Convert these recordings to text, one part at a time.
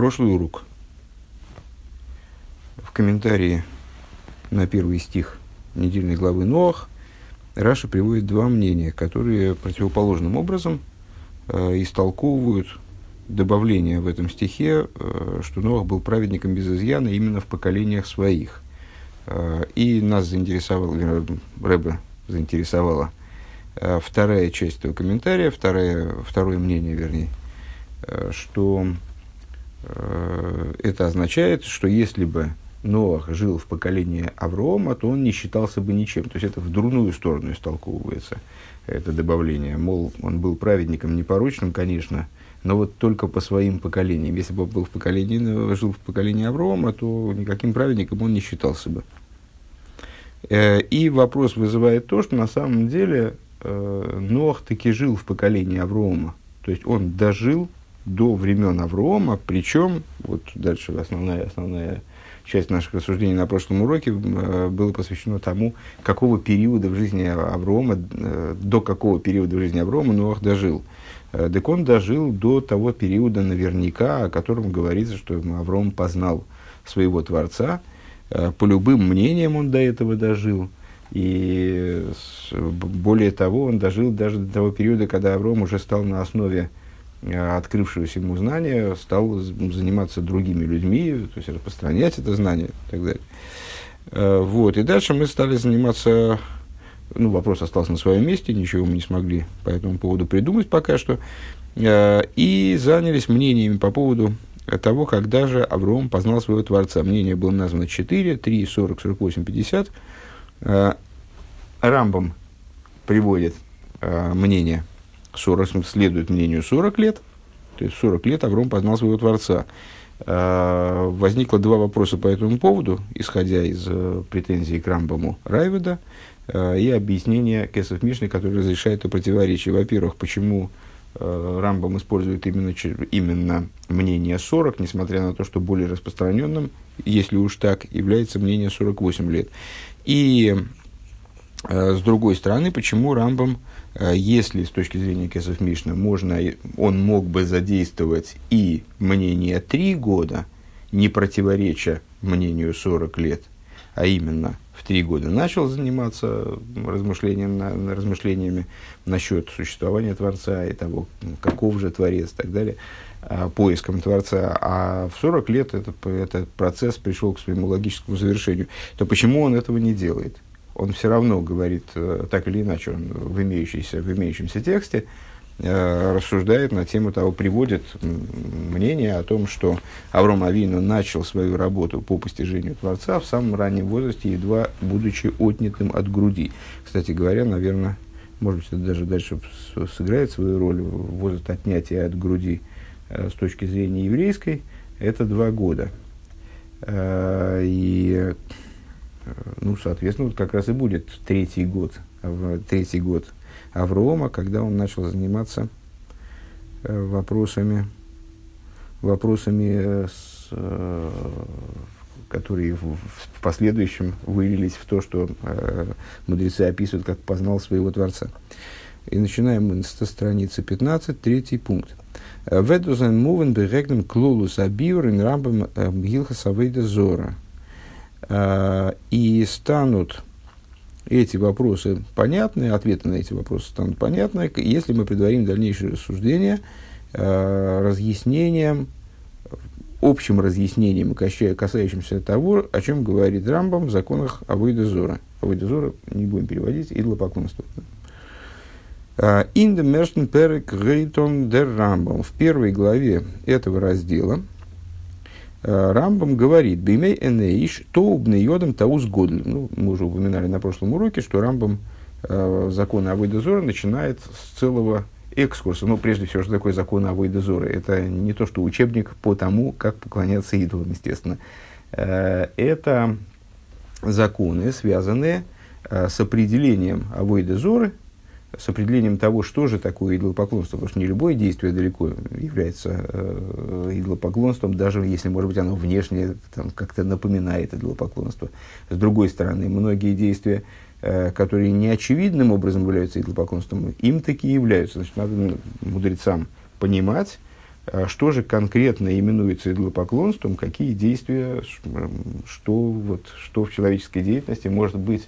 Прошлый урок. В комментарии на первый стих недельной главы Ноах Раши приводит два мнения, которые противоположным образом истолковывают добавление в этом стихе, что Ноах был праведником без изъяна именно в поколениях своих. И нас заинтересовала, Ребе заинтересовала вторая часть этого комментария, второе мнение, вернее, что это означает, что если бы Ноах жил в поколении Авраама, то он не считался бы ничем. То есть это в дурную сторону истолковывается, это добавление. Мол, он был праведником непорочным, конечно, но вот только по своим поколениям. Если бы он был жил в поколении Авраама, то никаким праведником он не считался бы. И вопрос вызывает то, что на самом деле Ноах таки жил в поколении Авраама. То есть он дожил до времен Авраама, причем, вот дальше основная часть наших рассуждений на прошлом уроке было посвящено тому, какого периода в жизни Авраама, до какого периода в жизни Авраама Ноах дожил. Так он дожил до того периода наверняка, о котором говорится, что Авраам познал своего Творца. По любым мнениям он до этого дожил. И более того, он дожил даже до того периода, когда Авраам уже стал на основе открывшегося ему знания, стал заниматься другими людьми, то есть распространять это знание и так далее. Вот. И дальше мы стали заниматься, вопрос остался на своем месте, ничего мы не смогли по этому поводу придумать пока что, и занялись мнениями по поводу того, когда же Авраам познал своего Творца. Мнение было названо 4, 3, 40, 48, 50. Рамбам приводит мнение 40, следует мнению 40 лет, то есть 40 лет Авраам познал своего Творца. Возникло два вопроса по этому поводу, исходя из претензий к Рамбаму Райведа и объяснения Кесов Мишны, который разрешает это противоречие. Во-первых, почему Рамбам использует именно мнение 40, несмотря на то, что более распространенным, если уж так, является мнение 48 лет. И с другой стороны, почему Рамбам, если с точки зрения Кесов Мишна он мог бы задействовать и мнение 3 года, не противореча мнению 40 лет, а именно в 3 года начал заниматься размышлениями насчет существования Творца и того, каков же Творец и так далее, поиском Творца, а в 40 лет этот процесс пришел к своему логическому завершению, то почему он этого не делает? Он все равно говорит, так или иначе, он в имеющемся тексте рассуждает на тему того, приводит мнение о том, что Авраам Авину начал свою работу по постижению Творца в самом раннем возрасте, едва будучи отнятым от груди. Кстати говоря, наверное, может быть, это даже дальше сыграет свою роль, возраст отнятия от груди с точки зрения еврейской, это 2 года. И соответственно, вот как раз и будет третий год Авраама, когда он начал заниматься вопросами, которые в последующем вылились в то, что мудрецы описывают, как познал своего Творца. И начинаем мы со страницы 15, третий пункт. «Ведузен мувен берегнем клолус абиур ин рамбам гилхас авейда зора». И станут эти вопросы понятны, ответы на эти вопросы станут понятны, если мы предварим дальнейшее рассуждение общим разъяснением, касающимся того, о чем говорит Рамбам в законах авойда зора. Авойда зора не будем переводить, идолопоклонство. In the Mersten Perek Reiton der Rambam. В первой главе этого раздела Рамбам говорит: «Бимей энеиш, тоубный йодом таус годль». Мы уже упоминали на прошлом уроке, что Рамбам законы авойда зора начинает с целого экскурса. Прежде всего, что такое законы авойда зора? Это не то, что учебник по тому, как поклоняться идолам, естественно. Это законы, связанные с определением авойда зоры, с определением того, что же такое идолопоклонство, потому что не любое действие далеко является идолопоклонством, даже если, может быть, оно внешне как-то напоминает идолопоклонство. С другой стороны, многие действия, которые неочевидным образом являются идолопоклонством, им таки являются. Значит, надо мудрецам понимать, Что же конкретно именуется идолопоклонством, какие действия, что в человеческой деятельности может быть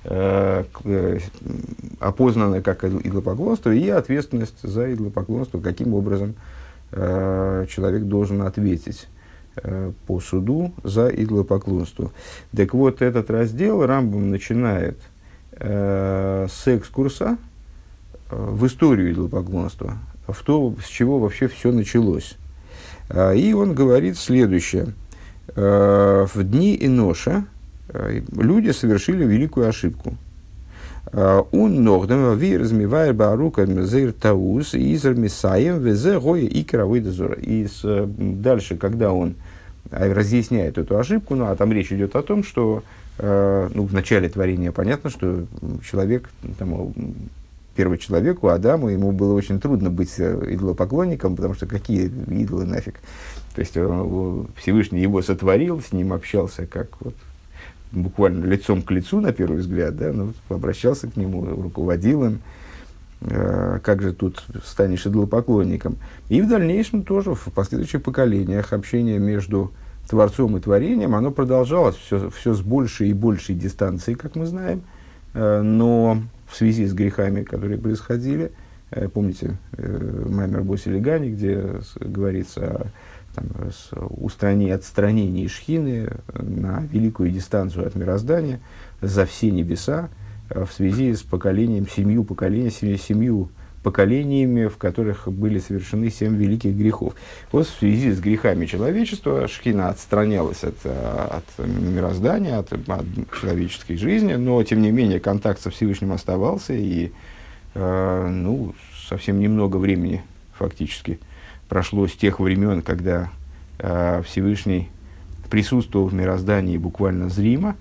опознано как идолопоклонство, и ответственность за идолопоклонство, каким образом человек должен ответить по суду за идолопоклонство. Так вот, этот раздел Рамбам начинает с экскурса в историю идолопоклонства, в то, с чего вообще все началось. И он говорит следующее. В дни Эноша люди совершили великую ошибку. Он ногдам вирзмивайр барука мзир таус изр мисаем везе гоя икра выдазора. И дальше, когда он разъясняет эту ошибку, а там речь идет о том, что в начале творения понятно, что человек, первый человеку, Адаму, ему было очень трудно быть идолопоклонником, потому что какие идолы нафиг. То есть Всевышний его сотворил, с ним общался как буквально лицом к лицу, на первый взгляд, обращался к нему, руководил им. Как же тут станешь идолопоклонником? И в дальнейшем тоже, в последующих поколениях, общение между Творцом и Творением, оно продолжалось все с большей и большей дистанцией, как мы знаем, но в связи с грехами, которые происходили, помните, Маймер Босилигани, где говорится о отстранении Шхины на великую дистанцию от мироздания за все небеса в связи с семью поколениями, в которых были совершены 7 великих грехов. Вот в связи с грехами человечества Шхина отстранялась от мироздания, от человеческой жизни, но, тем не менее, контакт со Всевышним оставался, и совсем немного времени фактически прошло с тех времен, когда Всевышний присутствовал в мироздании буквально зримо.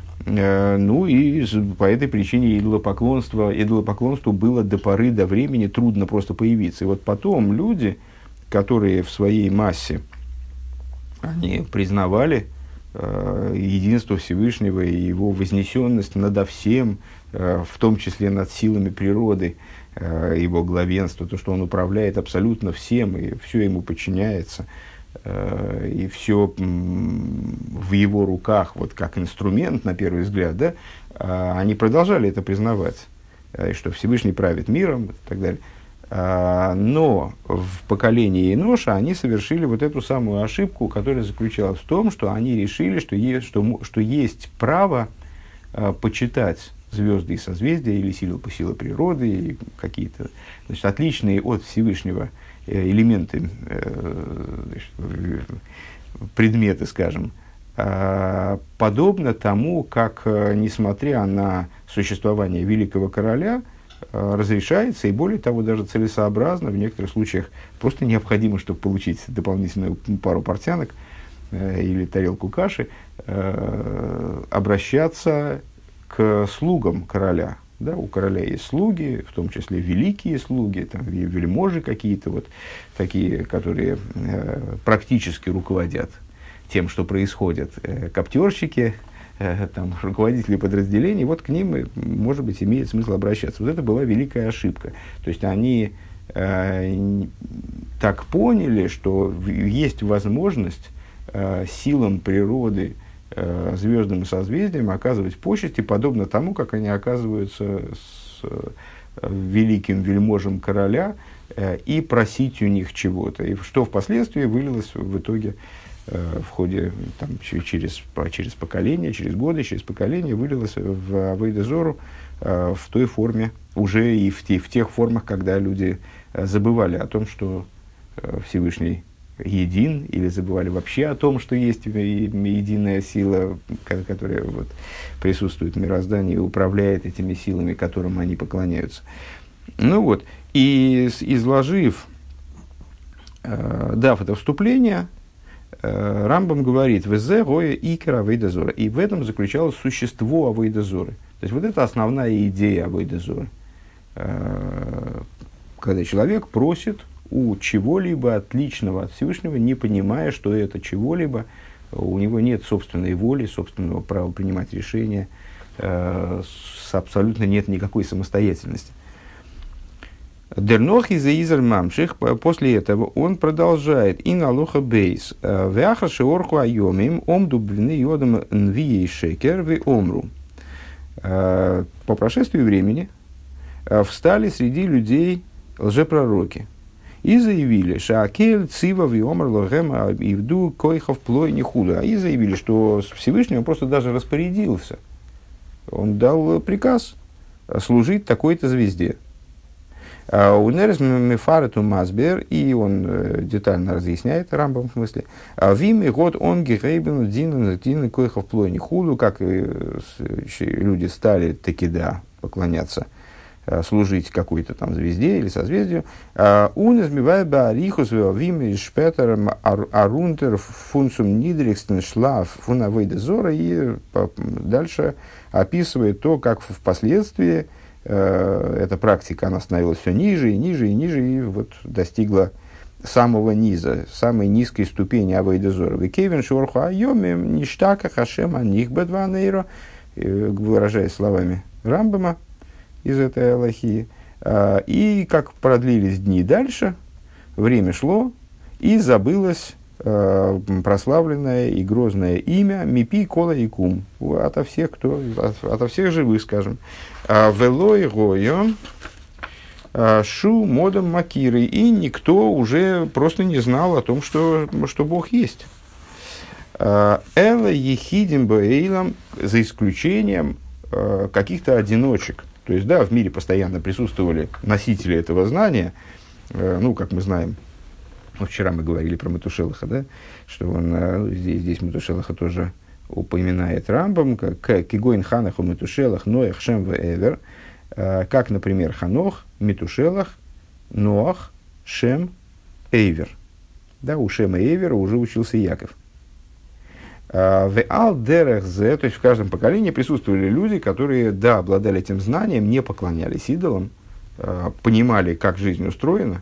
И по этой причине идолопоклонству было до поры до времени трудно просто появиться. И вот потом люди, которые в своей массе они признавали единство Всевышнего и его вознесенность надо всем, в том числе над силами природы, его главенство, то, что он управляет абсолютно всем, и все ему подчиняется, и все в его руках, как инструмент, на первый взгляд, они продолжали это признавать, и что Всевышний правит миром и так далее. Но в поколении Эноша они совершили эту самую ошибку, которая заключалась в том, что они решили, что есть право почитать звезды и созвездия, или силы природы, и какие-то отличные от Всевышнего элементы, предметы, скажем, подобно тому, как, несмотря на существование великого короля, разрешается, и более того, даже целесообразно, в некоторых случаях просто необходимо, чтобы получить дополнительную пару портянок или тарелку каши, обращаться к слугам короля. Да, у короля есть слуги, в том числе великие слуги, вельможи какие-то, такие, которые практически руководят тем, что происходит, коптерщики, руководители подразделений, к ним, может быть, имеет смысл обращаться. Это была великая ошибка. То есть они так поняли, что есть возможность силам природы, звездным созвездиям оказывать почести, подобно тому, как они оказываются с великим вельможем короля, и просить у них чего-то. И что впоследствии вылилось в итоге в ходе через поколение, через годы, через поколение вылилось в Авейда Зору в той форме, уже и в тех формах, когда люди забывали о том, что Всевышний един, или забывали вообще о том, что есть единая сила, которая присутствует в мироздании и управляет этими силами, которым они поклоняются. И изложив, дав это вступление, Рамбам говорит: «Везе гоя икер авейда зора». И в этом заключалось существо авейда зоры. То есть это основная идея авейда зоры. Когда человек просит у чего-либо отличного от Всевышнего, не понимая, что это чего-либо, у него нет собственной воли, собственного права принимать решения, абсолютно нет никакой самостоятельности. Дернох из Изер Мамших, после этого он продолжает и на лоха бейс. Вяха шеорху айомим омду бвины йодам нвией шекер ви омру. По прошествии времени встали среди людей лжепророки и заявили, шаакель цива ви омр лохем ивду койхов плой нихуда. И заявили, что Всевышний он просто даже распорядился. Он дал приказ служить такой-то звезде. Унерес мефарету мазбер, и он детально разъясняет, Рамбам в смысле, вими год он герейбен дин койхов плойни худу, как люди стали таки да поклоняться, служить какой-то там звезде или созвездию. Унес мивай баарихус вими шпетер арунтер фунсум нидрикстен шлаф фунавейде зора, и дальше описывает то, как впоследствии эта практика, она становилась все ниже и ниже и ниже, и вот достигла самого низа, самой низкой ступени авейда зора. Векевин шорху айомим ништака хашем аних бедванейро, выражаясь словами Рамбама из этой алахии. И как продлились дни дальше, время шло, и забылось прославленное и грозное имя Мипи Кола и Кум, ото всех живых, скажем. Велой Гойо Шу Модом Макиры, и никто уже просто не знал о том, что Бог есть. Эла Ехидим Баэйлам, за исключением каких-то одиночек. То есть, да, в мире постоянно присутствовали носители этого знания, ну, как мы знаем. Вчера мы говорили про Метушелаха, да, что он здесь Метушелаха тоже упоминает Рамбам, как Кигоин Ханаху Метушелах, Ноях, Шем Веэвер, как, например, Ханох, Метушелах, Ноах, Шем, Эйвер. Да, у Шема и Эйвера уже учился Яков. Веал Дерехзе, то есть в каждом поколении присутствовали люди, которые, да, обладали этим знанием, не поклонялись идолам, понимали, как жизнь устроена.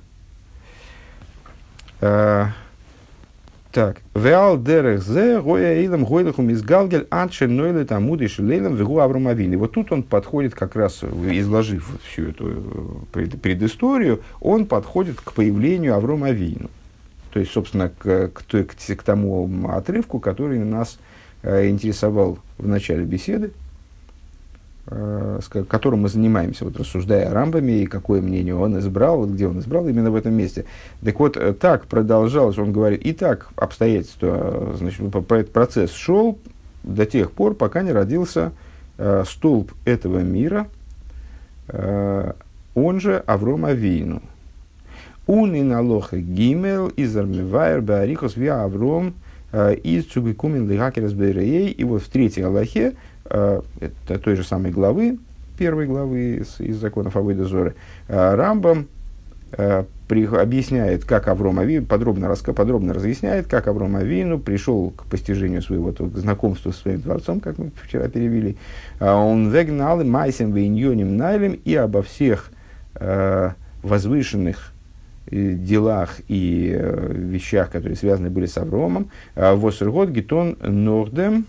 Так, веал дерехзе гоя эйлам гойдахум изгалгель анше нойле тамуды шелейлам вегу Авром Авину. И вот тут он подходит, как раз изложив всю эту предысторию, он подходит к появлению Аврома Авину. То есть, собственно, к тому отрывку, который нас интересовал в начале беседы, которым мы занимаемся, вот, рассуждая о Рамбаме и какое мнение он избрал, вот, где он избрал именно в этом месте. Так вот, так продолжалось, он говорит, и так обстоятельства, значит, этот процесс шел до тех пор, пока не родился столб этого мира, он же Авром Авину. Он и налоха гимел из армивайр баарихос виа Авром из цугикумен лихакерас бейреей. И вот в третьей аллахе, это той же самой главы, первой главы из законов Авейда Зоры, Рамбам объясняет, как Авром Авину, подробно разъясняет, как Авром Авину пришел к постижению своего, к знакомству со своим Творцом, как мы вчера перевели. Он вегнал майсем вейньоним найлем, и обо всех возвышенных делах и вещах, которые связаны были с Авромом. Восергот гитон нордем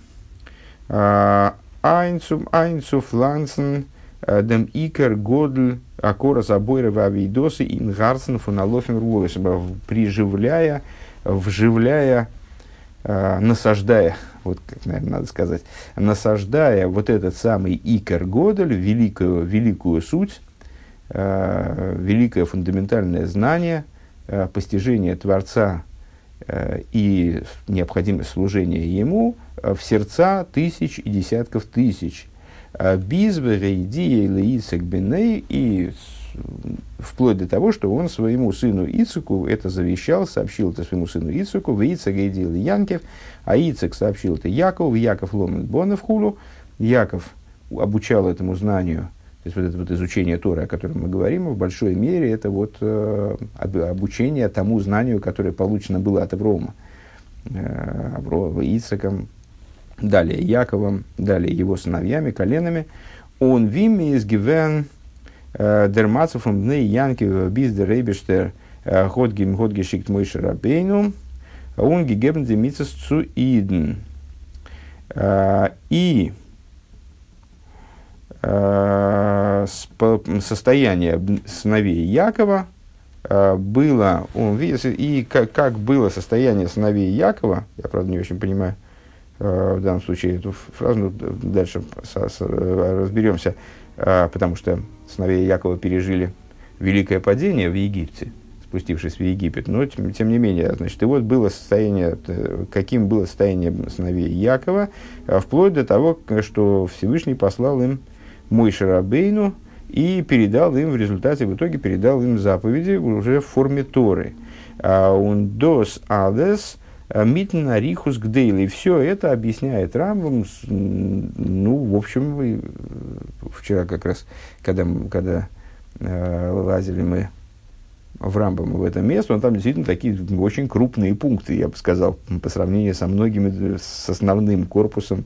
айнцу фланцен дем икер годль акора забойра вавидосы ингарцен фуналофен руэлэс, вживляя, насаждая, вот как, наверное, надо сказать, насаждая вот этот самый икер годль, великую суть, великое фундаментальное знание, постижение Творца и необходимость служения Ему в сердца тысяч и десятков тысяч. И вплоть до того, что он своему сыну Ицеку это завещал, сообщил это своему сыну Ицеку, в Ицек идил Янкев, а Ицек сообщил это Якову, Яков ломит бонов хулу, Яков обучал этому знанию. То есть, вот это вот изучение Торы, о котором мы говорим, в большой мере это вот обучение тому знанию, которое получено было от Аврома. Ицеком, далее Яковом, далее его сыновьями, коленами. Он вими из гивен дермацев бней Янкев биз дер рейбештер ходгешикт мойше рабейну он гигебн демицес цу иден. И состояние сыновей Якова было, он видит, и как было состояние сыновей Якова, я, правда, не очень понимаю в данном случае эту фразу, но дальше разберемся, потому что сыновья Якова пережили великое падение в Египте, спустившись в Египет, но тем не менее, значит, и вот было состояние, каким было состояние сыновей Якова, вплоть до того, что Всевышний послал им Моше Рабейну и передал им, в результате, в итоге передал им заповеди уже в форме Торы. Он дос адес митн арихус гдейли. И все это объясняет Рамбам. Ну, в общем, вчера как раз, когда лазили мы в Рамбам в это место, там действительно такие очень крупные пункты, я бы сказал, по сравнению со многими, с основным корпусом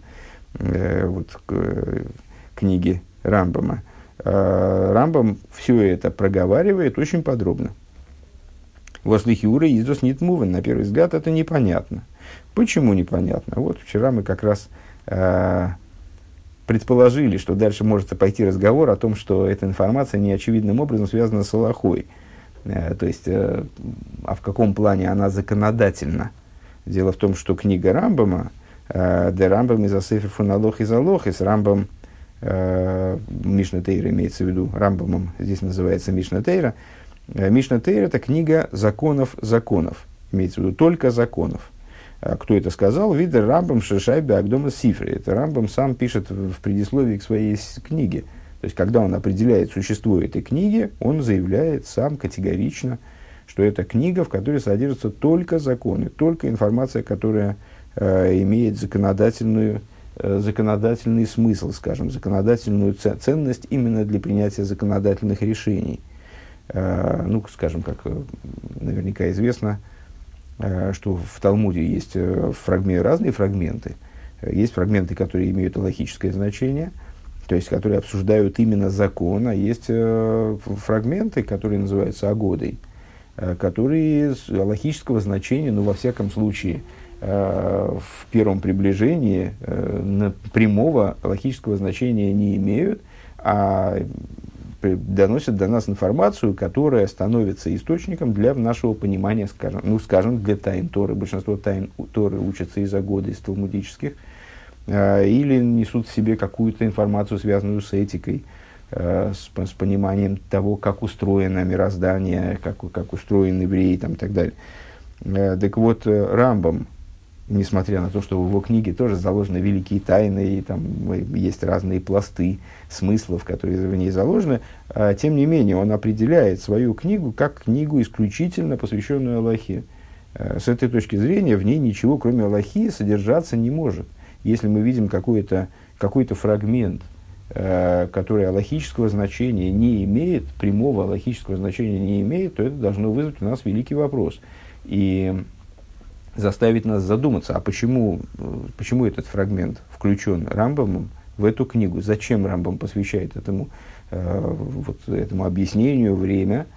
книги Рамбама. Рамбам все это проговаривает очень подробно. Вослихиура издос нит мувен. На первый взгляд это непонятно. Почему непонятно? Вот вчера мы как раз предположили, что дальше может пойти разговор о том, что эта информация неочевидным образом связана с Алахой. То есть, а в каком плане она законодательна? Дело в том, что книга Рамбама, де Рамбам из Асефер фун Алох из Алохис, Рамбам, Мишна Тейра имеется в виду, Рамбамом здесь называется Мишна Тейра. Мишна Тейра – это книга законов, имеется в виду только законов. Кто это сказал? Видер Рамбам Шешай Беагдома Сифри. Это Рамбам сам пишет в предисловии к своей книге. То есть, когда он определяет существо этой книги, он заявляет сам категорично, что это книга, в которой содержатся только законы, только информация, которая имеет законодательный смысл, скажем, законодательную ценность именно для принятия законодательных решений. Ну, скажем, как наверняка известно, что в Талмуде есть разные фрагменты. Есть фрагменты, которые имеют алахическое значение, то есть, которые обсуждают именно закон, а есть фрагменты, которые называются агодой, которые алахического значения, ну, во всяком случае, в первом приближении прямого алахического значения не имеют, а доносят до нас информацию, которая становится источником для нашего понимания, скажем, для тайн Торы. Большинство тайн Торы учатся из агоды, из талмудических, или несут в себе какую-то информацию, связанную с этикой, с пониманием того, как устроено мироздание, как устроен еврей, там, и так далее. Так вот, Рамбам, несмотря на то, что в его книге тоже заложены великие тайны, и там есть разные пласты смыслов, которые в ней заложены, тем не менее он определяет свою книгу как книгу исключительно посвященную Аллахе. С этой точки зрения в ней ничего, кроме Аллахи, содержаться не может. Если мы видим какой-то фрагмент, который аллахического значения не имеет, прямого аллахического значения не имеет, то это должно вызвать у нас великий вопрос. И заставить нас задуматься, а почему этот фрагмент включен Рамбамом в эту книгу? Зачем Рамбам посвящает этому объяснению время,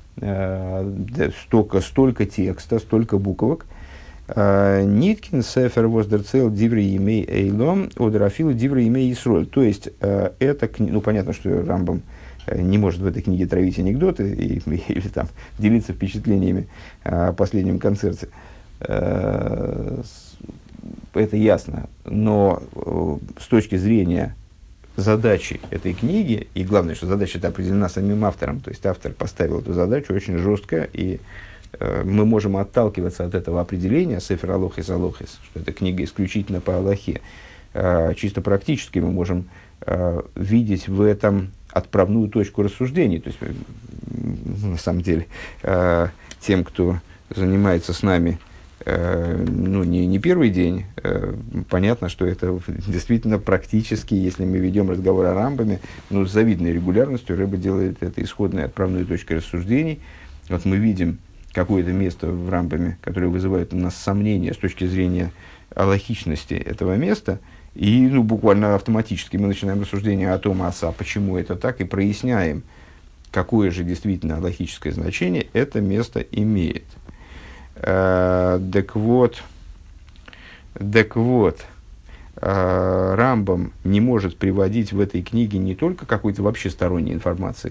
столько текста, столько буквок? Ниткин сефер воздерцел диври имей эйлом одрафилу диври имей исроль. То есть, это книга, понятно, что Рамбам не может в этой книге травить анекдоты или там делиться впечатлениями о последнем концерте. Это ясно. Но с точки зрения задачи этой книги, и главное, что задача эта определена самим автором, то есть автор поставил эту задачу очень жестко, и мы можем отталкиваться от этого определения Сефер Алохис Алохис, что это книга исключительно по Аллахе. Чисто практически мы можем видеть в этом отправную точку рассуждений. То есть, на самом деле, тем, кто занимается с нами не первый день, понятно, что это действительно практически, если мы ведем разговор о Рамбаме, с завидной регулярностью Рэбе делает это исходной отправной точкой рассуждений. Вот мы видим какое-то место в Рамбаме, которое вызывает у нас сомнения с точки зрения алахичности этого места, и буквально автоматически мы начинаем рассуждение о том, почему это так, и проясняем, какое же действительно алахическое значение это место имеет. Так вот, Рамбам не может приводить в этой книге не только какой-то вообще сторонней информации,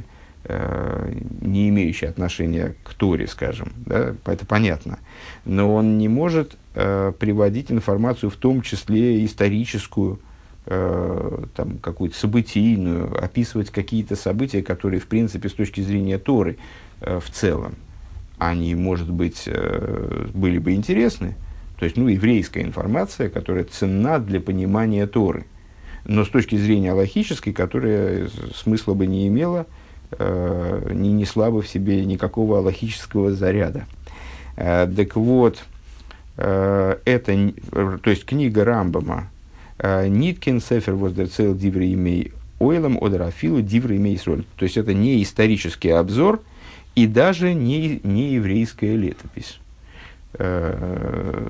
не имеющей отношения к Торе, скажем, да, это понятно, но он не может приводить информацию, в том числе историческую, там, какую-то событийную, описывать какие-то события, которые, в принципе, с точки зрения Торы в целом, они, может быть, были бы интересны. То есть, еврейская информация, которая ценна для понимания Торы. Но с точки зрения алахической, которая смысла бы не имела, не несла бы в себе никакого алахического заряда. Так вот, то есть книга Рамбама «Ниткин сефер воздерцел диврей имей ойлам одерафилу диврей имей сроль». То есть это не исторический обзор и даже не еврейская летопись. То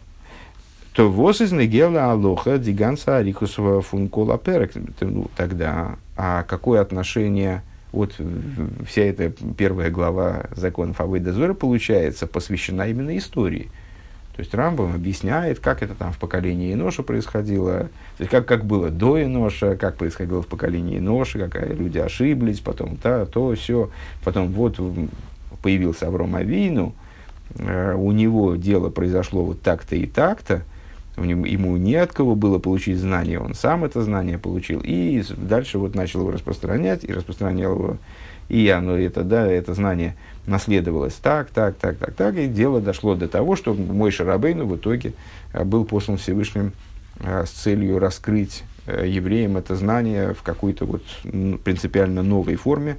воз из негела алоха диганса арикусова функола перек. Тогда, а какое отношение, вот вся эта первая глава законов Авойда Зора, получается, посвящена именно истории. То есть Рамбам объясняет, как это там в поколении Еноша происходило, то есть как было до Еноша, как происходило в поколении Еноша, как люди ошиблись, потом то, сё, потом вот появился Авром Авину, у него дело произошло вот так-то и так-то, ему не от кого было получить знание, он сам это знание получил, и дальше вот начал его распространять, и распространял его, и это знание наследовалось так, и дело дошло до того, что Мойше Рабейну в итоге был послан Всевышним с целью раскрыть евреям это знание в какой-то вот принципиально новой форме.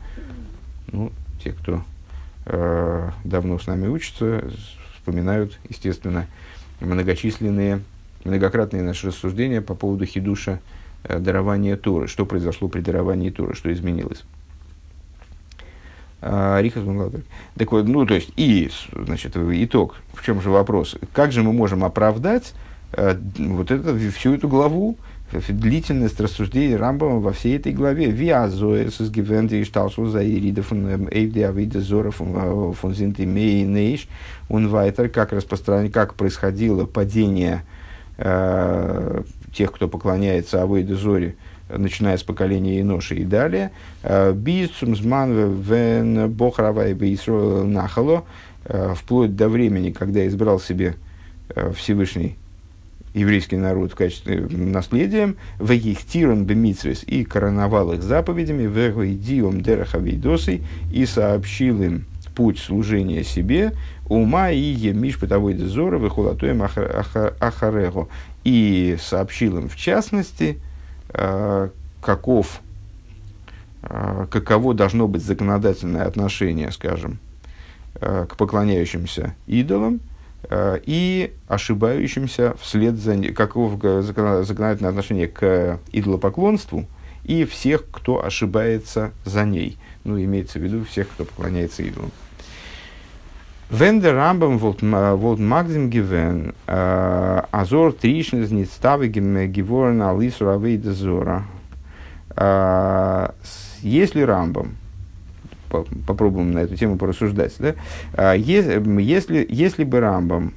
Те, кто давно с нами учатся, вспоминают, естественно, многократные наши рассуждения по поводу хидуша дарования Торы, что произошло при даровании Торы, что изменилось. Так вот, то есть, значит, итог, в чем же вопрос? Как же мы можем оправдать всю эту главу, длительность рассуждений Рамбама во всей этой главе? Как происходило падение тех, кто поклоняется Авойде Зоре, начиная с поколения Еноши и далее, вплоть до времени, когда избрал себе Всевышний еврейский народ в качестве наследия, и короновал их заповедями, и сообщил им путь служения себе, ума и емиш петавойде зора выхолатуем ахарего, и сообщил им в частности, каково должно быть законодательное отношение, скажем, к поклоняющимся идолам и ошибающимся вслед за ним, каково законодательное отношение к идолопоклонству и всех, кто ошибается за ней. Имеется в виду всех, кто поклоняется идолам. Wenn der Rambam wollt Magdim gewähren, Azor Trishnes nicht stavigem geworden Alisur Avейда Зора. Если Рамбам, попробуем на эту тему порассуждать, да? Если бы Рамбам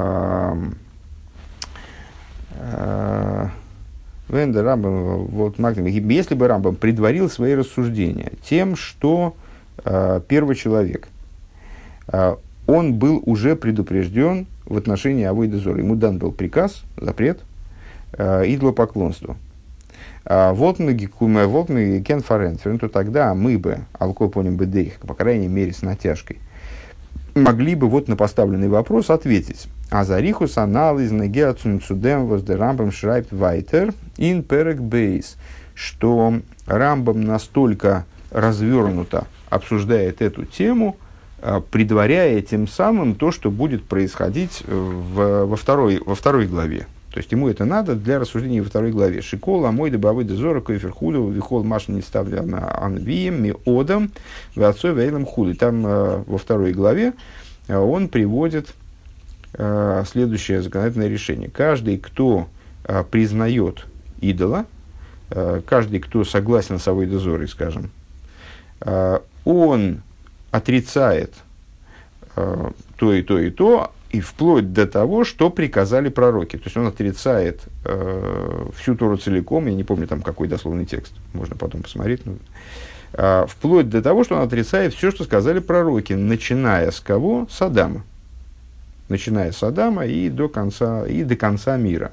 если бы Рамбам предварил свои рассуждения тем, что первый человек, он был уже предупрежден в отношении Авойда Зора. Ему дан был приказ, запрет идолопоклонству. Вот мы кен фаренферен, то тогда мы бы, алкопоним бы дейх, по крайней мере с натяжкой, могли бы вот на поставленный вопрос ответить. Азарихус анализ негеацун цудем воздерамбам шрайбт вайтер ин перек бейс, что Рамбам настолько развернуто обсуждает эту тему, предваряя тем самым то, что будет происходить во второй главе. То есть ему это надо для рассуждений во второй главе. Шикол, амойда, бавойда, зора, койфер, худу, вихол, машин, не ставля на анвием, миодам, ватцой, вейлам, худу. Там во второй главе он приводит следующее законодательное решение. Каждый, кто признает идола, каждый, кто согласен с авойда зорой, скажем, он отрицает то и то, И вплоть до того, что приказали пророки. То есть он отрицает всю Тору целиком. Я не помню там какой дословный текст. Можно потом посмотреть. Вплоть до того, что он отрицает все, что сказали пророки. Начиная с кого? С Адама. Начиная с Адама и до конца мира.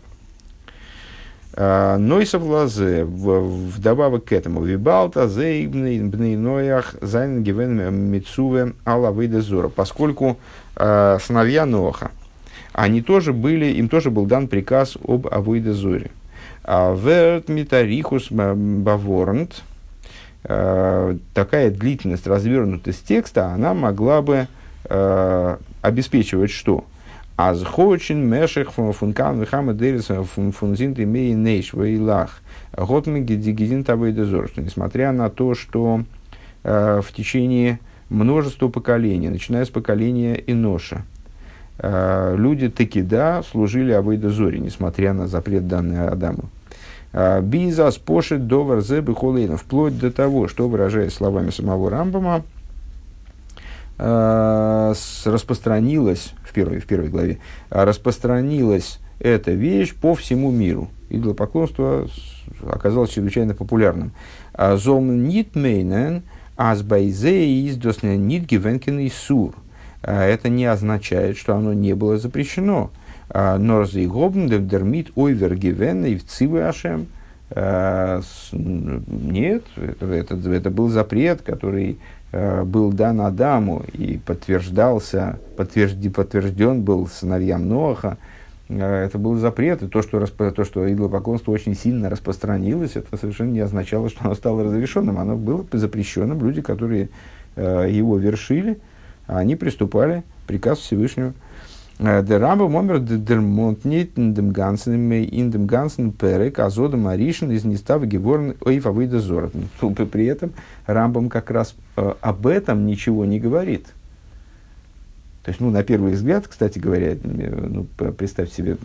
Нойсов лазе, вдобавок к этому, вибалта зейбный бнейноях зайн гивен митсуве алавыда зора, поскольку сыновья Ноаха, им тоже был дан приказ об авойде зоре. Верт митарихус баворнт, такая длительность, развернутость текста, она могла бы обеспечивать что? Азхочин мешек функан вихама дерис фунзинт имей нейш вейлах готмиги дигизин тавейдезор. Несмотря на то, что в течение множества поколений, начиная с поколения Иноша, люди таки служили авейдезоре, несмотря на запрет, данный Адаму. Биза спошит довар зе бихолейна, вплоть до того, что, выражаясь словами самого Рамбама, распространилась в первой главе, распространилась эта вещь по всему миру. Идолопоклонство оказалось чрезвычайно популярным. Зом нит мейнен азбайзе из досне нит гивенкен сур. Это не означает, что оно не было запрещено. Норзей гобн дермит ойвер гивен и в цивы ашем. Нет, это был запрет, который был дан Адаму и подтвержден был сыновьям Ноаха. Это был запрет, и то, что идолопоклонство очень сильно распространилось, это совершенно не означало, что оно стало разрешенным. Оно было запрещенным. Люди, которые его вершили, они приступали к приказу Всевышнего. Der Rambam умер der Mond nicht in dem ganzen Perek, а Зодом Аришин из Нистава Геворн Ойф Авойда Зора. При этом Рамбам как раз об этом ничего не говорит. То есть, на первый взгляд, кстати говоря, представьте себе,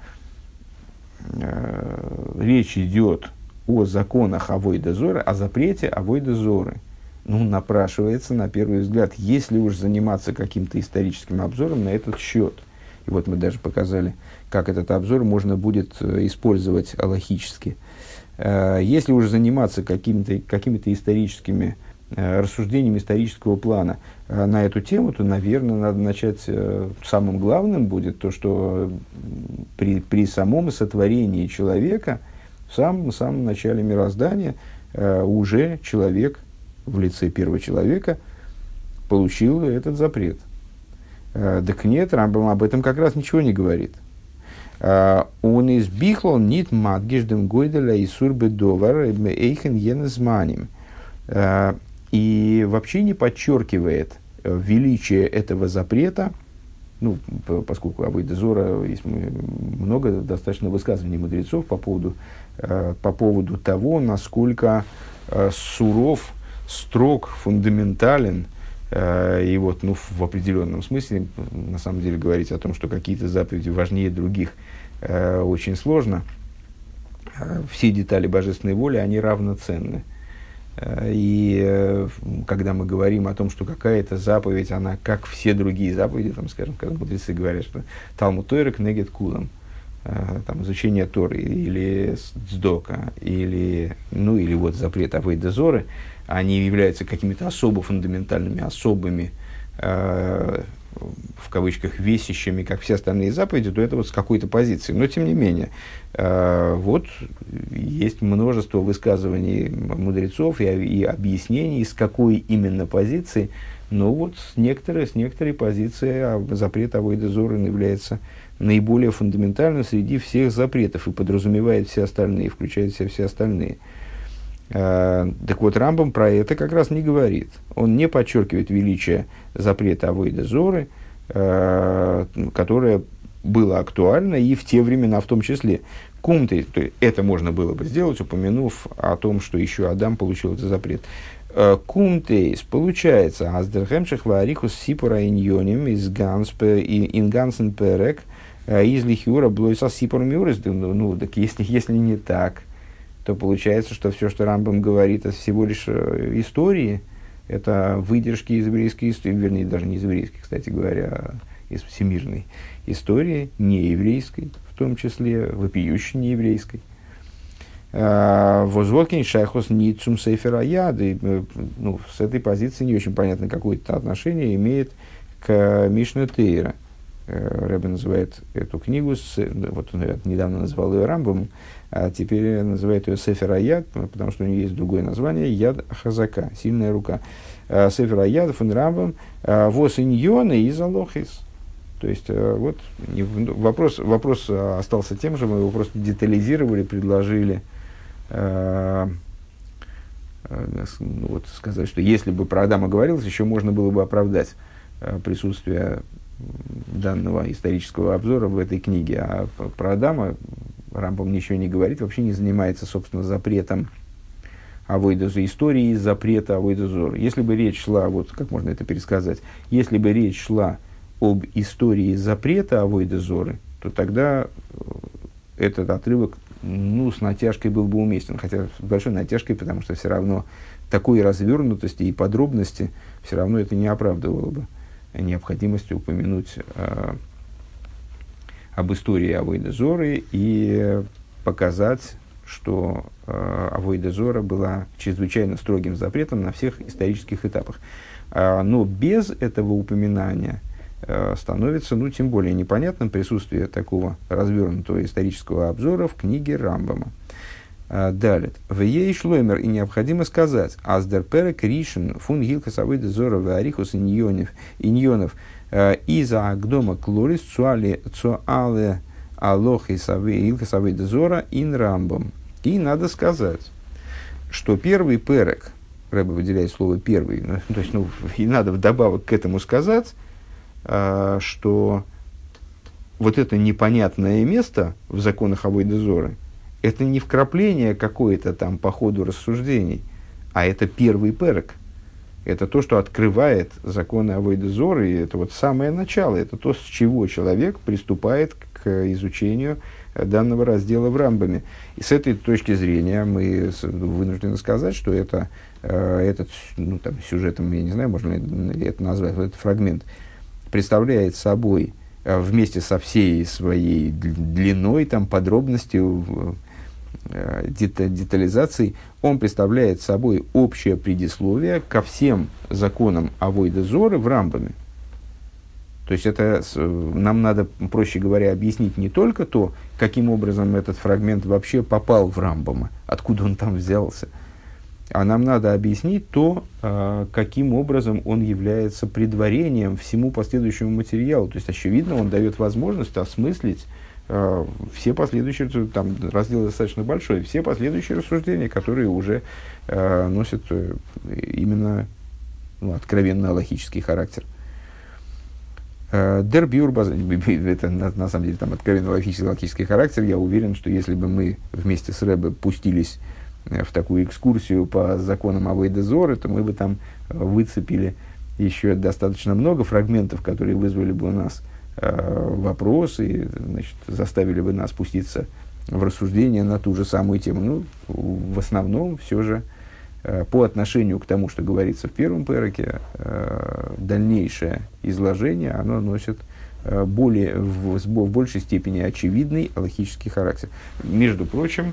речь идет о законах Авойда Зора, о запрете Авойда Зоры. Напрашивается, на первый взгляд, если уж заниматься каким-то историческим обзором на этот счет. И вот мы даже показали, как этот обзор можно будет использовать алахически. Если уж заниматься какими-то историческими рассуждениями исторического плана на эту тему, то, наверное, надо начать самым главным будет то, что при самом сотворении человека, в самом начале мироздания, уже человек в лице первого человека получил этот запрет. Так нет, Рамбам об этом как раз ничего не говорит. Он избихло нит мадгиждем гойделя и сурбедовар эйхен енезманим. И вообще не подчеркивает величие этого запрета, поскольку Авойда Зора есть много достаточно высказываний мудрецов по поводу того, насколько суров, строг, фундаментален, и в определенном смысле, на самом деле, говорить о том, что какие-то заповеди важнее других, очень сложно. Все детали божественной воли, они равноценны. И когда мы говорим о том, что какая-то заповедь, она как все другие заповеди, скажем, когда мудрецы говорят, что Талмуд Тойра кнегет кулам, изучение Торы, или Цдока, или запрет Авойда Зоры, они являются какими-то особо фундаментальными, особыми, в кавычках, весищами, как все остальные заповеди, то это с какой-то позиции. Но, тем не менее, есть множество высказываний мудрецов и объяснений, с какой именно позиции. Но с некоторой позиции запрет Авойда Зоры является наиболее фундаментальным среди всех запретов и подразумевает все остальные, включает в себя все остальные. Так вот, Рамбам про это как раз не говорит. Он не подчеркивает величие запрета Авойда Зоры, которое было актуально и в те времена в том числе. Кумты, то есть это можно было бы сделать, упомянув о том, что еще Адам получил этот запрет. Кумтейс, получается, аздерхемших варихус сипора иньоним из гансен перек из лихюра блойса сипором юрис. Так если не так, то получается, что все, что Рамбам говорит, это всего лишь истории, это выдержки из еврейской истории, вернее, даже не из еврейской, кстати говоря, из всемирной истории, нееврейской, в том числе вопиющей нееврейской. Возвокин шайхос ницум сейфера яды. Ну, с этой позиции не очень понятно, какое-то отношение имеет к Мишне Тейра. Ребе называет эту книгу, вот он недавно называл ее Рамбом, а теперь называет ее Сефер Аяд, потому что у нее есть другое название, Яд Хазака, сильная рука. Сефер Аяд фун Рамбом вос иньоны из Алохис. То есть, вот вопрос остался тем же, мы его просто детализировали, предложили, вот, сказать, что если бы про Адама говорилось, еще можно было бы оправдать присутствие данного исторического обзора в этой книге. А про Адама Рамбам ничего не говорит, вообще не занимается, собственно, запретом авойда зор, историей запрета авойда зор. Если бы речь шла, вот как можно это пересказать, если бы речь шла об истории запрета авойда зоры, то тогда этот отрывок, ну, с натяжкой был бы уместен, хотя с большой натяжкой, потому что все равно такой развернутости и подробности все равно это не оправдывало бы необходимости упомянуть об истории авойда зоры и показать, что авойда зора была чрезвычайно строгим запретом на всех исторических этапах. Но без этого упоминания становится, ну, тем более непонятным присутствие такого развернутого исторического обзора в книге Рамбама. Далее. В ей шлоймер, и необходимо сказать, аздер перек ришен фун гилхас авойда зора в арихус иньонов иза агдома клорис цуале алохис гилхас авойда зора ин Рамбам. И надо сказать, что первый перек, Рэбе выделяет слово первый, то есть, и надо вдобавок к этому сказать, что вот это непонятное место в законах авойда зоры, это не вкрапление какое-то там по ходу рассуждений, а это первый перек. Это то, что открывает законы авойда зоры, и это вот самое начало, это то, с чего человек приступает к изучению данного раздела в Рамбаме. И с этой точки зрения мы вынуждены сказать, что этот сюжетом, я не знаю, можно ли это назвать, этот фрагмент, представляет собой вместе со всей своей длиной, там, подробностью, детализацией, он представляет собой общее предисловие ко всем законам авойда зоры в Рамбаме. То есть это нам надо, проще говоря, объяснить не только то, каким образом этот фрагмент вообще попал в Рамбама, откуда он там взялся, а нам надо объяснить то, каким образом он является предварением всему последующему материалу. То есть, очевидно, он дает возможность осмыслить все последующие, там раздел достаточно большой, все последующие рассуждения, которые уже носят именно откровенно алахический характер. Дербюр, это на самом деле там откровенно алахический характер. Я уверен, что если бы мы вместе с Рэбе пустились в такую экскурсию по законам авойда зоры, то мы бы там выцепили еще достаточно много фрагментов, которые вызвали бы у нас вопросы, значит, заставили бы нас спуститься в рассуждение на ту же самую тему. Ну, в основном, все же, по отношению к тому, что говорится в первом переке, дальнейшее изложение, оно носит в большей степени очевидный алахический характер. Между прочим,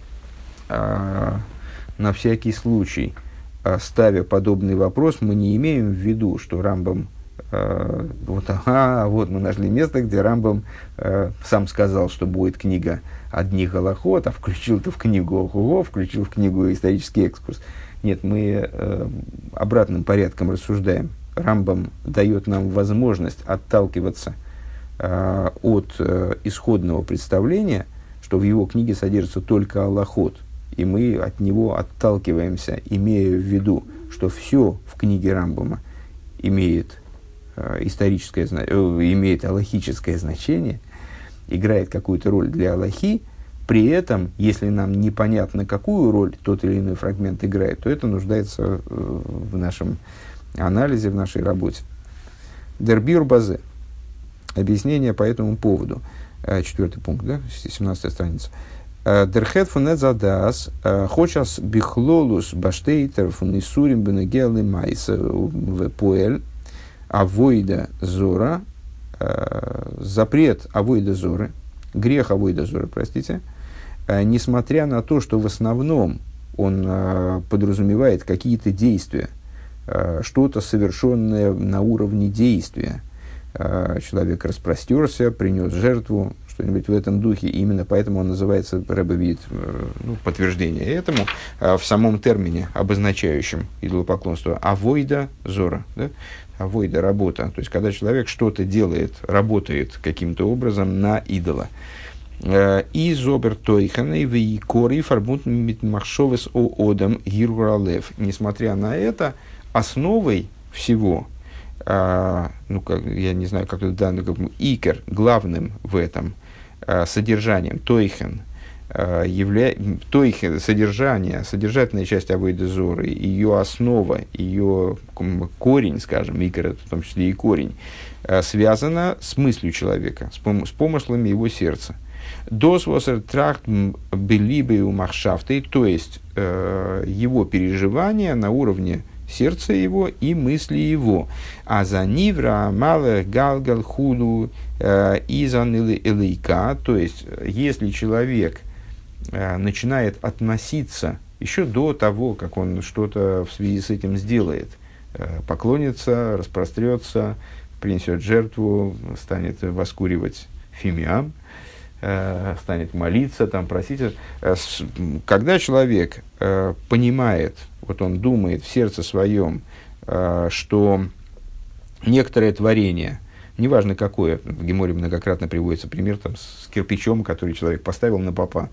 на всякий случай, ставя подобный вопрос, мы не имеем в виду, что Рамбам вот мы нашли место, где Рамбам сам сказал, что будет книга одних галахот, а включил-то в книгу Охуго, включил в книгу исторический экскурс. Нет, мы обратным порядком рассуждаем. Рамбам дает нам возможность отталкиваться от исходного представления, что в его книге содержится только алахот, и мы от него отталкиваемся, имея в виду, что все в книге Рамбама имеет имеет алахическое значение, играет какую-то роль для алахи. При этом, если нам непонятно, какую роль тот или иной фрагмент играет, то это нуждается в нашем анализе, в нашей работе. Дербир базе. Объяснение по этому поводу. 4 пункт, да? 17 страница. Дерхет фунет задас хочас бихлолус баштейтер фун исурим бенегелы майс в поэль авойда зора запрет авойда зоры, грех авойда зоры, простите, несмотря на то, что в основном он подразумевает какие-то действия, что-то совершенное на уровне действия. Человек распростерся, принес жертву, что-нибудь в этом духе. И именно поэтому он называется, Ребе видит подтверждение этому в самом термине, обозначающем идолопоклонство. Авойда зора. Да? Авойда – работа. То есть, когда человек что-то делает, работает каким-то образом на идола. И зобер тойханей в икори фарбунт махшовес оодам гиргуралев. Несмотря на это, основой всего, я не знаю, как это данное, икер, главным в этом содержанием, тойхен, содержание, содержательная часть авойда зоры, ее основа, ее корень, скажем, икер, это в том числе и корень, связана с мыслью человека, с помыслами его сердца. Дос восер трахт белибе умахшафты, то есть его переживания на уровне сердца его и мысли его. А за нивра малых галгал худу изанилы элейка, то есть если человек начинает относиться еще до того, как он что-то в связи с этим сделает, поклонится, распрострется, принесет жертву, станет воскуривать фимиам, станет молиться, там, просить. Когда человек понимает, вот он думает в сердце своем, что некоторое творение, неважно какое, в Геморе многократно приводится пример там, с кирпичом, который человек поставил на попа,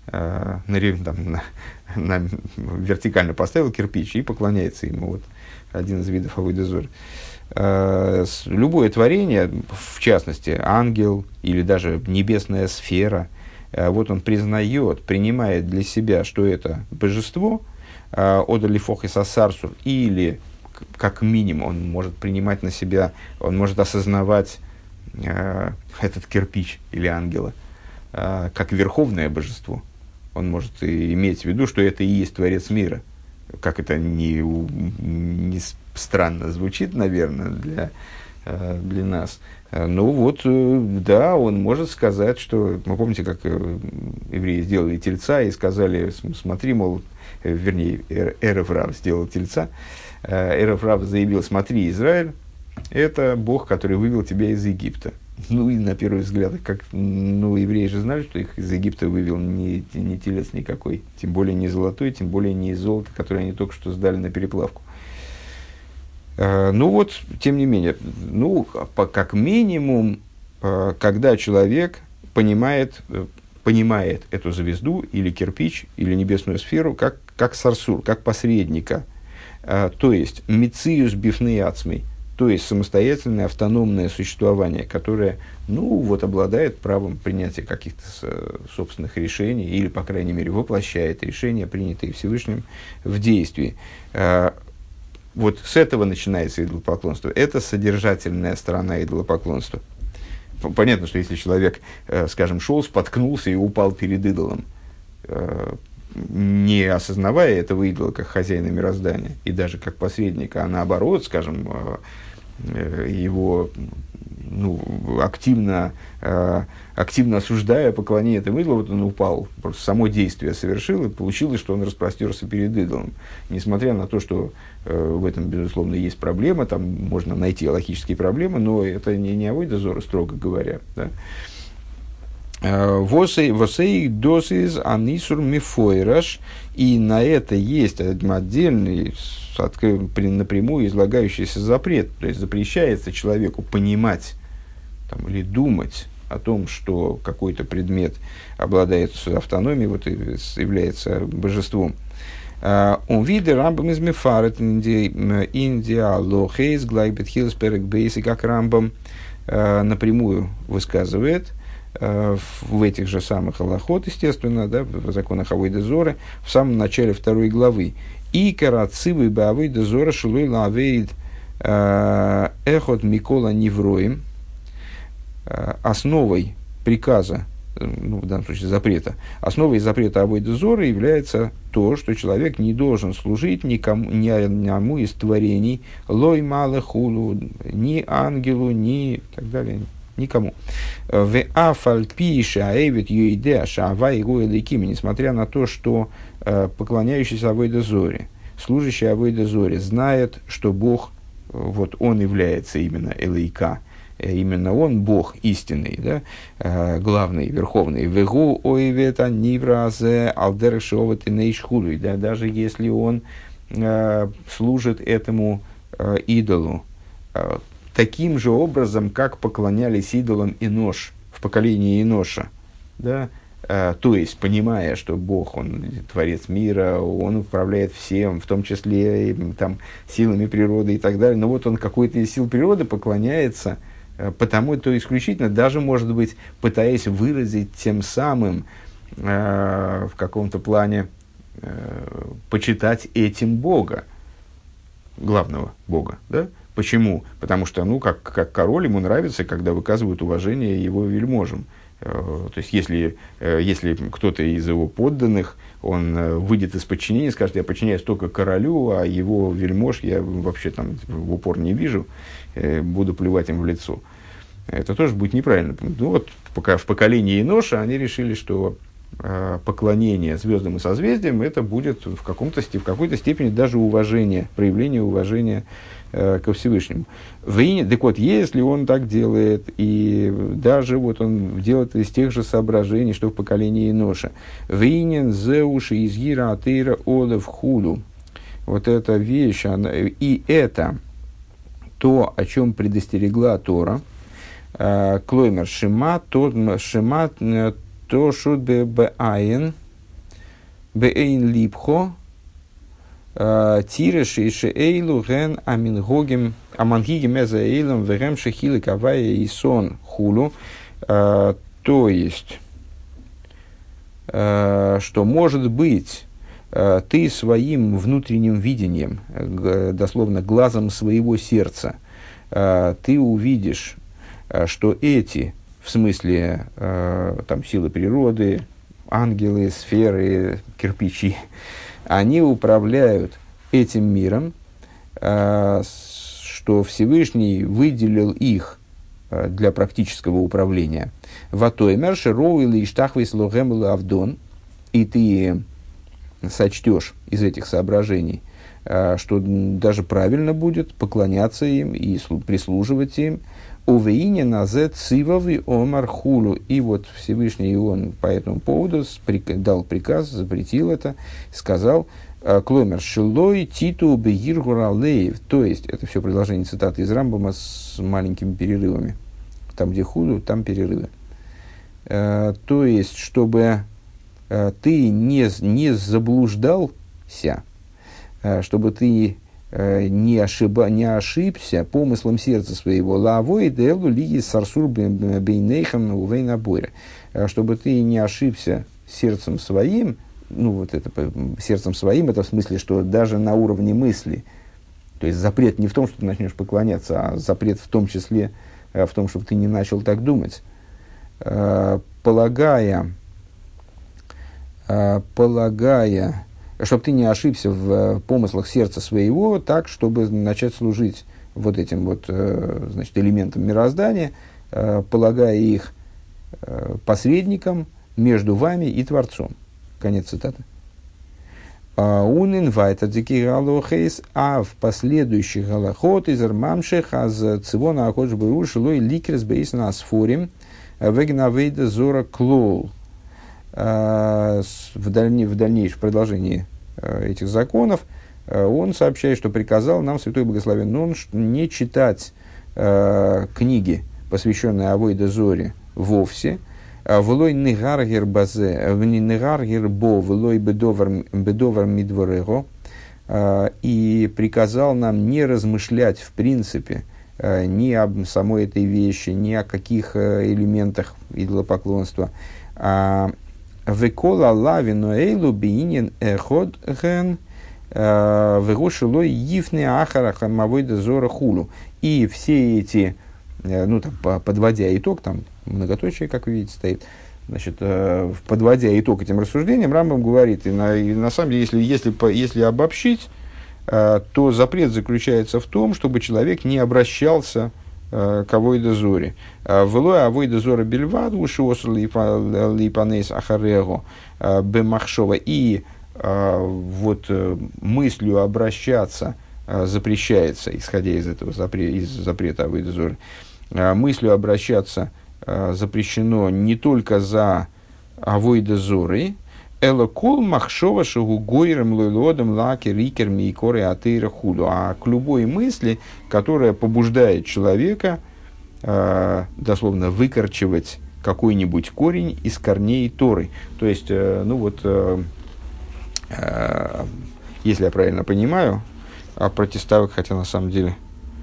вертикально поставил кирпич и поклоняется ему. Вот один из видов авойда зор. Любое творение, в частности, ангел или даже небесная сфера, вот он признает, принимает для себя, что это божество, одали фох и сасарсур, или, как минимум, он может принимать на себя, он может осознавать этот кирпич или ангела как верховное божество. Он может иметь в виду, что это и есть Творец мира. Как это не странно звучит, наверное, для нас. Ну вот, да, он может сказать, что... Вы помните, как евреи сделали тельца и сказали, смотри, мол, вернее, Эрев Рав сделал тельца. Эрев Рав заявил, смотри, Израиль, это Бог, который вывел тебя из Египта. Ну и на первый взгляд, евреи же знали, что их из Египта вывел не телец никакой, тем более не золотой, тем более не из золота, которое они только что сдали на переплавку. Тем не менее, как минимум, когда человек понимает эту звезду, или кирпич, или небесную сферу, как сарсур, как посредника, то есть мициус бифней ацмей, то есть самостоятельное автономное существование, которое, обладает правом принятия каких-то собственных решений, или, по крайней мере, воплощает решения, принятые Всевышним, в действии. Вот с этого начинается идолопоклонство. Это содержательная сторона идолопоклонства. Понятно, что если человек, скажем, шел, споткнулся и упал перед идолом, не осознавая этого идола как хозяина мироздания и даже как посредника, а наоборот, скажем, его активно осуждая поклонение этому идолу, вот он упал, просто само действие совершил, и получилось, что он распростерся перед идолом. Несмотря на то, что в этом, безусловно, есть проблема, там можно найти логические проблемы, но это не авойда зора, строго говоря. Да? Восей досиз анисур мифойраш, и на это есть отдельный, напрямую излагающийся запрет, то есть запрещается человеку понимать или думать о том, что какой-то предмет обладает автономией, вот, и является божеством. Он видит Рамбам из Мефарет, Индия, Лохейс, Глайбет Хилс, Перек Бейси, как Рамбам напрямую высказывает в этих же самых алахот, естественно, да, в законах авойда зоры, в самом начале второй главы. И карацивы бы авойда зора шилой лавейд эхот микола невроим. Основой приказа, в данном случае запрета, основой запрета авойда зоры является то, что человек не должен служить ни одному из творений, лой малахулу, ни ангелу, ни так далее, Никому. В афальпише аэвит юидеа шаава его элейкими, несмотря на то, что поклоняющийся Авойде Зоре, служащий Авойде Зоре, знает, что Бог, вот он является именно элейка, именно он Бог истинный, да, главный, верховный. Вегу ойвета нивразе алдершоват и нейшхулуй, да, даже если он служит этому идолу таким же образом, как поклонялись идолам Энош в поколении Эноша, да, то есть, понимая, что Бог, Он творец мира, Он управляет всем, в том числе там, силами природы и так далее, но вот он какой-то из сил природы поклоняется, потому, то исключительно, даже, может быть, пытаясь выразить тем самым в каком-то плане, почитать этим Бога, главного Бога, да? Почему? Потому что, ну, как король, ему нравится, когда выказывают уважение его вельможам. То есть, если кто-то из его подданных, он выйдет из подчинения, скажет, я подчиняюсь только королю, а его вельмож я вообще там в упор не вижу, буду плевать им в лицо. Это тоже будет неправильно. Ну, вот пока в поколении Еноша они решили, что поклонение звездам и созвездиям это будет в какой-то степени даже уважение, проявление уважения ко Всевышнему. Так вот, если он так делает, и даже вот он делает из тех же соображений, что в поколении Еноша, «Вейнен зеуши из гира атеира олев худу». Вот эта вещь, и это то, о чем предостерегла Тора, клоймер шема, то шут беайн липхо, тиреш и шеэйлу ген амангигем эзаэйлом вегем шехилы кавая и сон хулу. То есть, что, может быть, ты своим внутренним видением, дословно глазом своего сердца, ты увидишь, что эти, в смысле там, силы природы, ангелы, сферы, кирпичи, они управляют этим миром, что Всевышний выделил их для практического управления. «Ватоймер шероу или иштахвис логем авдон», и ты сочтешь из этих соображений, что даже правильно будет поклоняться им и прислуживать им. «Увеине назет цивави омар хулу». И вот Всевышний он по этому поводу дал приказ, запретил это, сказал «Кломер шилой титу бегир гуралеев». То есть, это все предложение цитаты из Рамбама с маленькими перерывами. Там, где худу, там перерывы. То есть, чтобы ты не заблуждался, чтобы ты не ошибся помыслом сердца своего, лавой делу лиги сарсур бейнейхам увейнабойра, чтобы ты не ошибся сердцем своим, ну вот это сердцем своим, это в смысле, что даже на уровне мысли, то есть запрет не в том, что ты начнешь поклоняться, а запрет в том числе в том, чтобы ты не начал так думать, полагая, чтобы ты не ошибся в помыслах сердца своего, так, чтобы начать служить вот этим вот, значит, элементам мироздания, полагая их посредником между вами и Творцом. Конец цитаты. «Унин вайта дики галохейс», а в последующих галахот из армамших аз цивона акодж беру шилой ликерс бейс на асфорим вегнавейда зора клол. В дальнейшем продолжении этих законов он сообщает, что приказал нам, Святой Благословен он, не читать книги, посвященные Авойде Зоре, вовсе. «Влой негаргер базе, негаргер бо, влой бедовар мидворего». И приказал нам не размышлять, в принципе, ни об самой этой вещи, ни о каких элементах идолопоклонства, «Векола лавину эйлу биинин эход ген вегошилой ифне ахараха мавойда зора хулу». И все эти, ну там, подводя итог, там многоточие, как вы видите, стоит, значит, подводя итог этим рассуждениям, Рамбам говорит, и на самом деле, если обобщить, то запрет заключается в том, чтобы человек не обращался к авойда зори. Влой авойда зора бельвад, ушиос липанес ахарего бемахшова. И вот мыслью обращаться запрещается, исходя из этого из запрета авойда зори, мыслью обращаться запрещено не только за авойда зоры, эла кол махшова шагу гойрем лойлодом лаки рикер мейкоры атеира худу, а к любой мысли, которая побуждает человека дословно выкорчевать какой-нибудь корень из корней Торы. То есть, если я правильно понимаю, протестовать, хотя на самом деле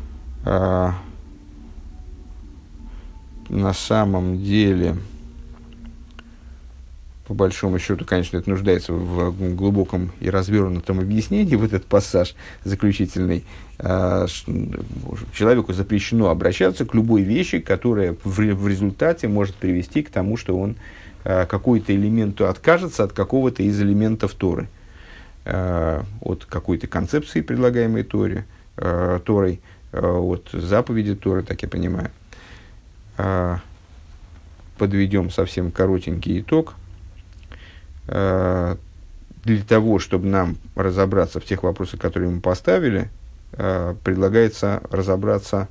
по большому счету, конечно, это нуждается в глубоком и развернутом объяснении, вот этот пассаж заключительный. Человеку запрещено обращаться к любой вещи, которая в результате может привести к тому, что он какой-то элемент откажется от какого-то из элементов Торы, от какой-то концепции, предлагаемой Торой, от заповеди Торы, так я понимаю. Подведем совсем коротенький итог. Для того, чтобы нам разобраться в тех вопросах, которые мы поставили, предлагается разобраться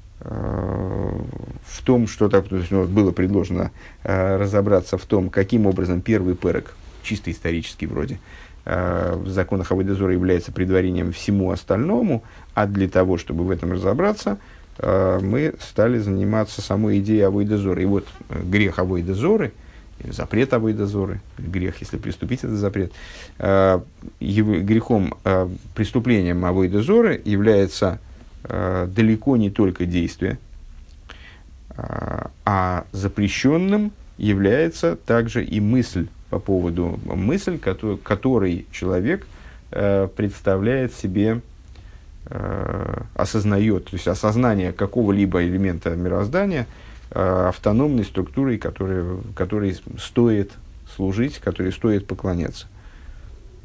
в том, что так, то есть, было предложено разобраться в том, каким образом первый перек, чисто исторический вроде, в законах авойда зора является предварением всему остальному, а для того, чтобы в этом разобраться, мы стали заниматься самой идеей авойда зора. И вот грех авойда зоры, запрет авойда зоры, грех, если приступить, это запрет, грехом, преступлением авойда зоры является далеко не только действие, а запрещенным является также и мысль по поводу мысль, которой человек представляет себе, осознает, то есть осознание какого-либо элемента мироздания автономной структурой, которой стоит служить, которой стоит поклоняться.